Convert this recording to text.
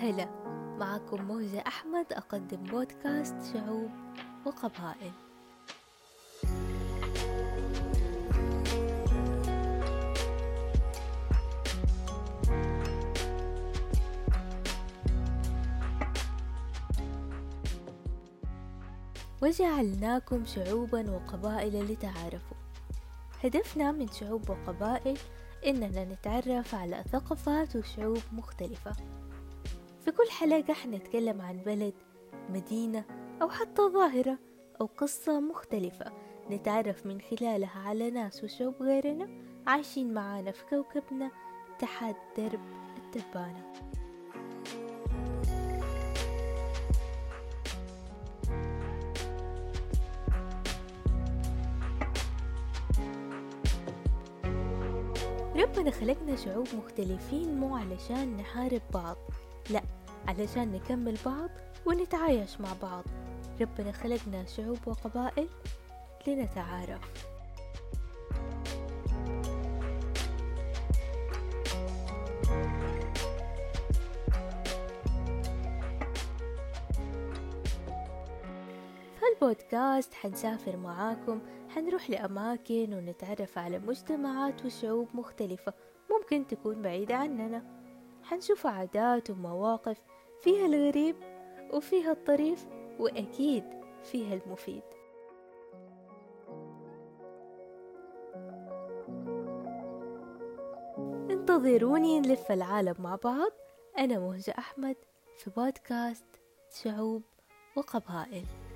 وهلا، معكم مهجة أحمد أقدم بودكاست شعوب وقبائل. وجعلناكم شعوبا وقبائل لتعارفوا. هدفنا من شعوب وقبائل إننا نتعرف على ثقافات وشعوب مختلفة. في كل حلقة حنتكلم عن بلد، مدينة أو حتى ظاهرة أو قصة مختلفة نتعرف من خلالها على ناس وشعوب غيرنا عايشين معانا في كوكبنا تحت درب التبانة. ربنا خلقنا شعوب مختلفين مو علشان نحارب بعض، لا، علشان نكمل بعض ونتعايش مع بعض. ربنا خلقنا شعوب وقبائل لنتعارف. فالبودكاست حنسافر معاكم، حنروح لأماكن ونتعرف على مجتمعات وشعوب مختلفة ممكن تكون بعيدة عننا. حنشوف عادات ومواقف فيها الغريب وفيها الطريف وأكيد فيها المفيد. انتظروني نلف العالم مع بعض. أنا مهجة أحمد في بودكاست شعوب وقبائل.